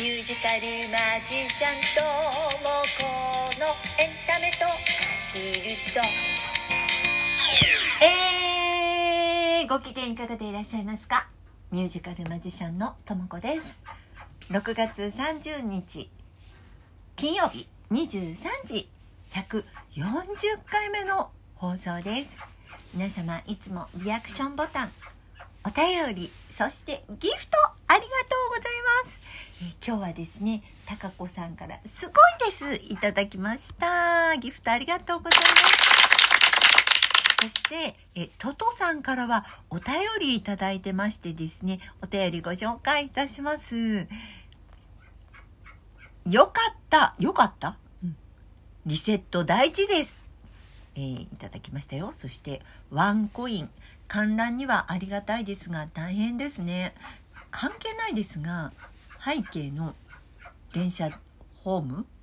ミュージカルマジシャンともこのエンタメと走るとご機嫌いかがでいらっしゃいますか。ミュージカルマジシャンのともこです。6月30日金曜日23時140回目の放送です。皆様いつもリアクションボタン、お便り、そしてギフトありがとうございます。今日はですね、たかこさんからすごいですいただきました。ギフトありがとうございます。そしてトトさんからはお便りいただいてましてですね、お便りご紹介いたします。よかった、リセット大事です、いただきましたよ。そしてワンコイン、観覧にはありがたいですが大変ですね。関係ないですが、背景の電車ホーム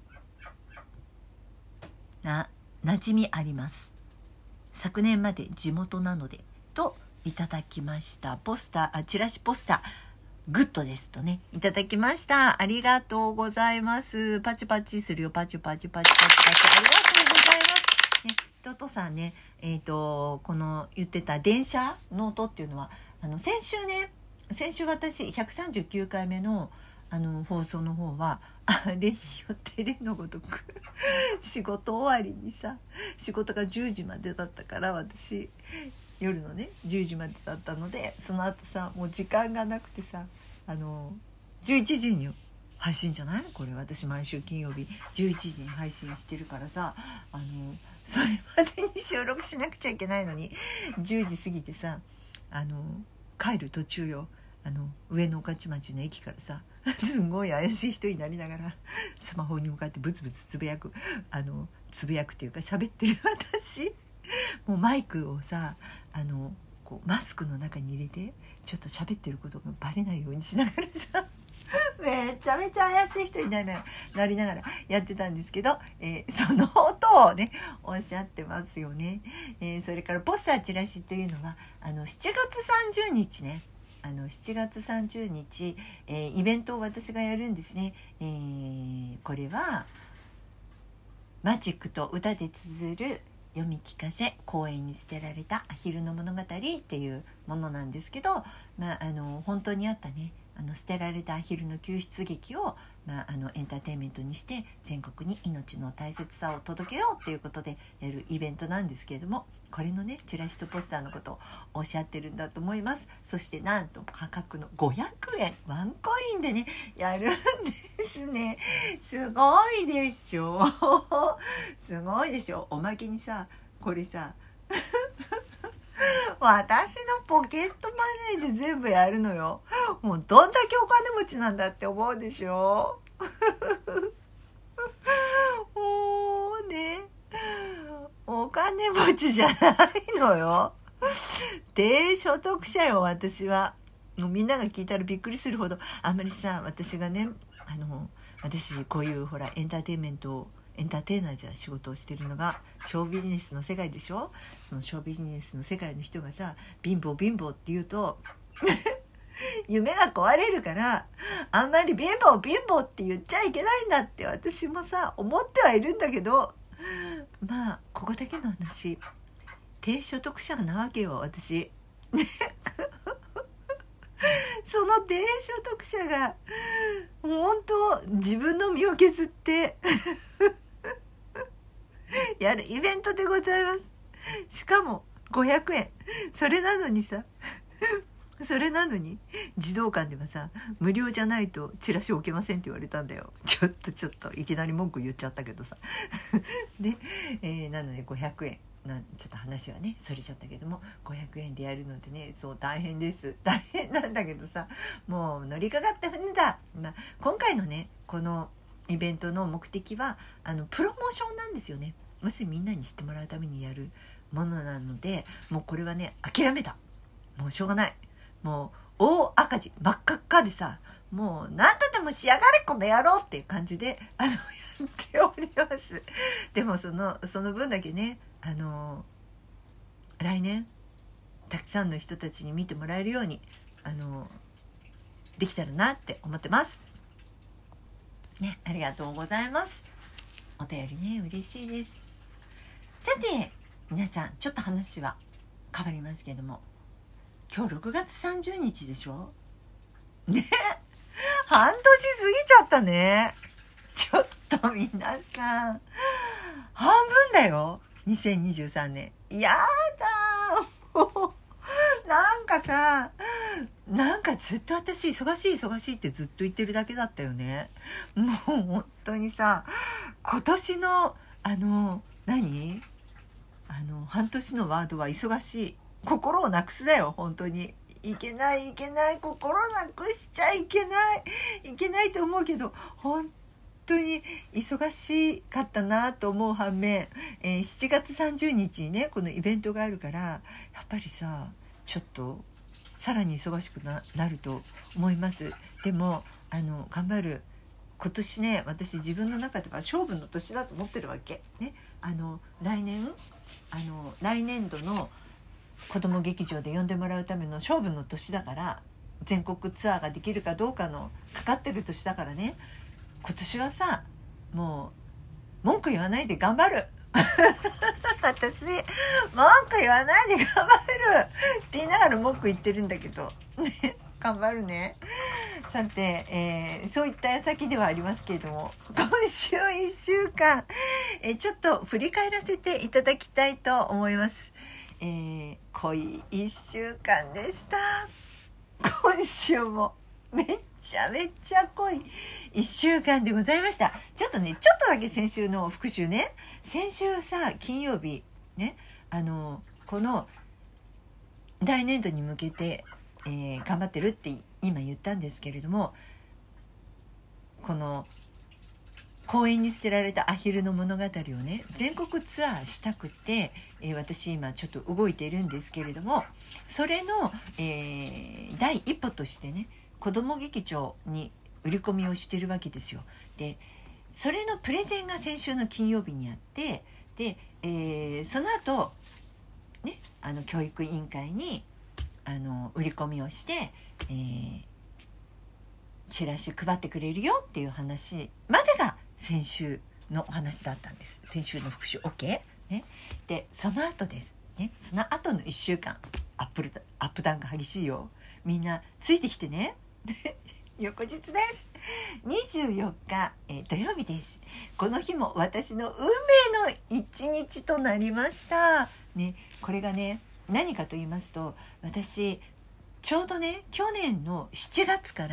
な馴染みあります。昨年まで地元なのでといただきました。チラシポスターグッドですとね、いただきました。ありがとうございます。パチパチするよ、パチパチパチパチパチ、ありがとうございます、ね、トトさんね、この言ってた電車の音っていうのは先週私139回目の放送の方はあれによって例のごとく仕事終わりにさ、仕事が10時までだったから、私夜のね10時までだったので、その後さもう時間がなくてさ、11時に配信じゃない？これ私毎週金曜日11時に配信してるからさ、それまでに収録しなくちゃいけないのに10時過ぎてさ、帰る途中よ、上野御徒町の駅からさすごい怪しい人になりながらスマホに向かってブツブツつぶやくっていうか喋ってる私、もうマイクをさこうマスクの中に入れてちょっと喋ってることがバレないようにしながらさめちゃめちゃ怪しい人になりながらやってたんですけど、その音をねおっしゃってますよね。それからポスターチラシというのは7月30日ね、7月30日、イベントを私がやるんですね。これはマジックと歌で綴る読み聞かせ、公園に捨てられたアヒルの物語っていうものなんですけど、本当にあったね捨てられたアヒルの救出劇を、エンターテインメントにして全国に命の大切さを届けようっていうことでやるイベントなんですけれども、これのねチラシとポスターのことをおっしゃってるんだと思います。そしてなんと破格の500円ワンコインでねやるんですね。すごいでしょすごいでしょ。おまけにさ、これさ私のポケットマネーで全部やるのよ。もうどんだけお金持ちなんだって思うでしょもうね、お金持ちじゃないのよ。低所得者よ私は。もうみんなが聞いたらびっくりするほど、あんまりさ、私がね私こういうほらエンターテイナーじゃ仕事をしてるのがショービジネスの世界でしょ。そのショービジネスの世界の人がさ、貧乏って言うと夢が壊れるから、あんまり貧乏って言っちゃいけないんだって私もさ思ってはいるんだけど、ここだけの話、低所得者なわけよ私その低所得者が本当自分の身を削ってやるイベントでございます。しかも500円。それなのに児童館ではさ、無料じゃないとチラシ置けませんって言われたんだよ。ちょっといきなり文句言っちゃったけどさで、なので500円ちょっと話はねそれちゃったけども、500円でやるのでね、そう大変です。大変なんだけどさ、もう乗りかかった船だ。今回のねこのイベントの目的はプロモーションなんですよね。もしみんなに知ってもらうためにやるものなので、もうこれはね諦めた。もうしょうがない。もう大赤字真っ赤っかでさ、もう何とでも仕上がれこの野郎っていう感じでやっております。でもその分だけね来年たくさんの人たちに見てもらえるようにできたらなって思ってます。 ね、ありがとうございます。お便りね、嬉しいです。さて皆さん、ちょっと話は変わりますけども、今日6月30日でしょね。半年過ぎちゃったね。ちょっと皆さん、半分だよ、2023年。やだもう、なんかさ、なんかずっと私忙しい忙しいってずっと言ってるだけだったよね。もう本当にさ、今年の何半年のワードは忙しい。心をなくすだよ、本当に。いけない心なくしちゃいけないと思うけど、本当に忙しかったなと思う反面、7月30日にね、このイベントがあるから、やっぱりさ、ちょっとさらに忙しく なると思います。でも頑張る。今年ね、私自分の中では勝負の年だと思ってるわけね。来年度の子ども劇場で呼んでもらうための勝負の年だから、全国ツアーができるかどうかのかかってる年だからね、今年はさ、もう文句言わないで頑張る私文句言わないで頑張るって言いながら文句言ってるんだけどね、頑張るね。さて、そういった矢先ではありますけれども、今週1週間、ちょっと振り返らせていただきたいと思います。濃い1週間でした。今週もめちゃめちゃ濃い1週間でございました。ちょっとだけ先週の復習ね。先週さ、金曜日ね、この来年度に向けて、頑張ってるって今言ったんですけれども、この公園に捨てられたアヒルの物語をね、全国ツアーしたくて、私今ちょっと動いているんですけれども、それの、第一歩としてね、子ども劇場に売り込みをしてるわけですよ。で、それのプレゼンが先週の金曜日にあって、で、その後ね、教育委員会に売り込みをして、チラシ配ってくれるよっていう話までが先週のお話だったんです。先週の復習 OK、ね、でその後ですね、その後の1週間アップダウンが激しいよ。みんなついてきてね翌日です。24日、土曜日です。この日も私の運命の一日となりましたね。これがね、何かと言いますと、私ちょうどね、去年の7月から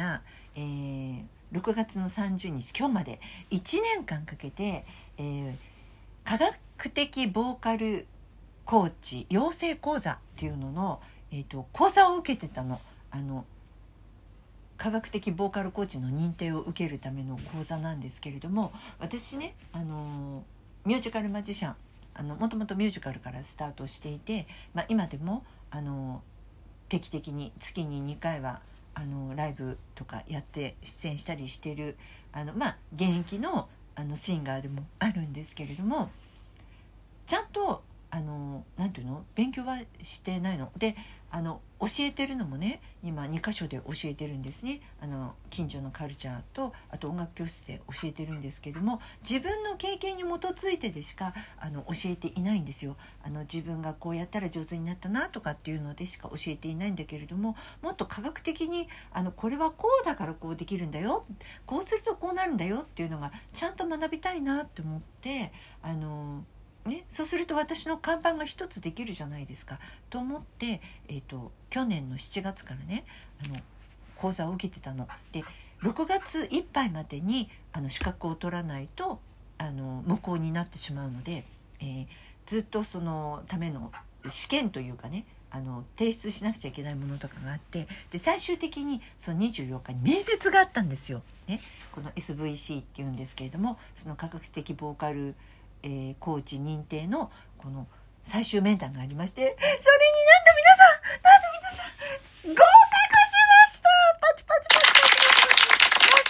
、6月の30日今日まで1年間かけて、科学的ボーカルコーチ養成講座っていうのの、講座を受けてたの。科学的ボーカルコーチの認定を受けるための講座なんですけれども、私ね、ミュージカルマジシャン、もともとミュージカルからスタートしていて、今でも定期的に月に2回はライブとかやって出演したりしている現役のシンガーでもあるんですけれども、ちゃんとなんていうの、勉強はしてないので、教えてるのもね、今2箇所で教えてるんですね。近所のカルチャーと、あと音楽教室で教えてるんですけども、自分の経験に基づいてでしか教えていないんですよ。自分がこうやったら上手になったなとかっていうのでしか教えていないんだけれども、もっと科学的にこれはこうだからこうできるんだよ、こうするとこうなるんだよっていうのがちゃんと学びたいなって思ってそうすると私の看板が一つできるじゃないですかと思って、去年の7月からね講座を受けてたので、6月いっぱいまでに資格を取らないと無効になってしまうので、ずっとそのための試験というかね、提出しなくちゃいけないものとかがあって、で最終的にその24日に面接があったんですよ、ね、この SVC っていうんですけれども、その科学的ボーカルコーチ認定のこの最終面談がありまして、それになんと皆さん合格しました。パチパチパチパチパチパチ、や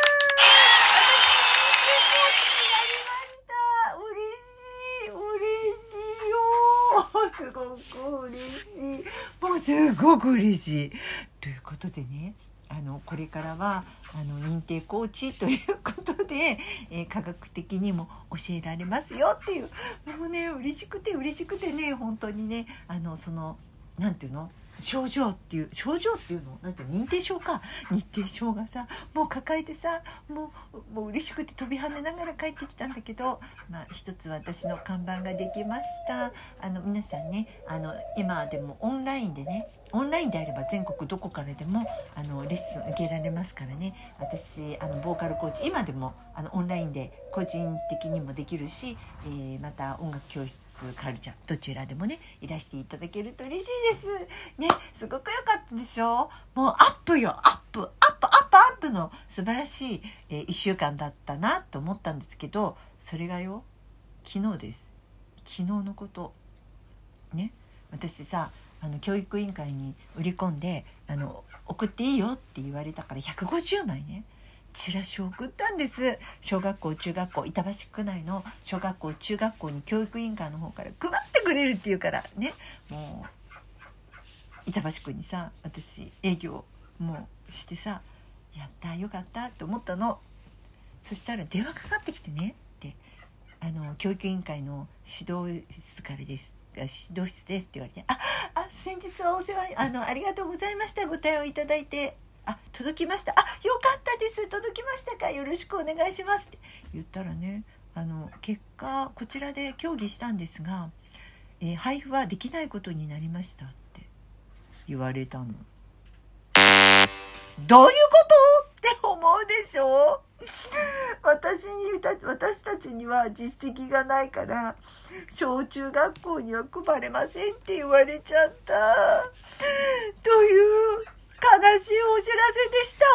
ったー、私コーチになりました。嬉しい嬉しいよ、すごく嬉しい。ということでね、 これからは認定コーチということで、科学的にも教えられますよっていう、もうね嬉しくてね、本当にねなんていうの、症状っていうのなんて認定症がさもう抱えてさ、もう嬉しくて飛び跳ねながら帰ってきたんだけど、一つ私の看板ができました。皆さんね、今でもオンラインであれば全国どこからでもレッスン受けられますからね。私ボーカルコーチ、今でもオンラインで個人的にもできるし、また音楽教室カルチャーどちらでもねいらしていただけると嬉しいですね。すごく良かったでしょ。もうアップの素晴らしい、1週間だったなと思ったんですけど、それがよ昨日のことね。私さ教育委員会に売り込んで送っていいよって言われたから150枚ねチラシを送ったんです。小学校中学校、板橋区内の小学校中学校に教育委員会の方から配ってくれるっていうからね、もう板橋区にさ私営業もしてさ、やったよかったって思ったの。そしたら電話かかってきてね、で教育委員会の指導室からですって言われて、先日はお世話ありがとうございました。ご対応いただいて届きました。よかったです。届きましたか。よろしくお願いしますって言ったらね、結果こちらで協議したんですが、配布はできないことになりましたって言われたの。どういうことって思うでしょ。私たちには実績がないから小中学校には配れませんって言われちゃったという悲しいお知らせでした。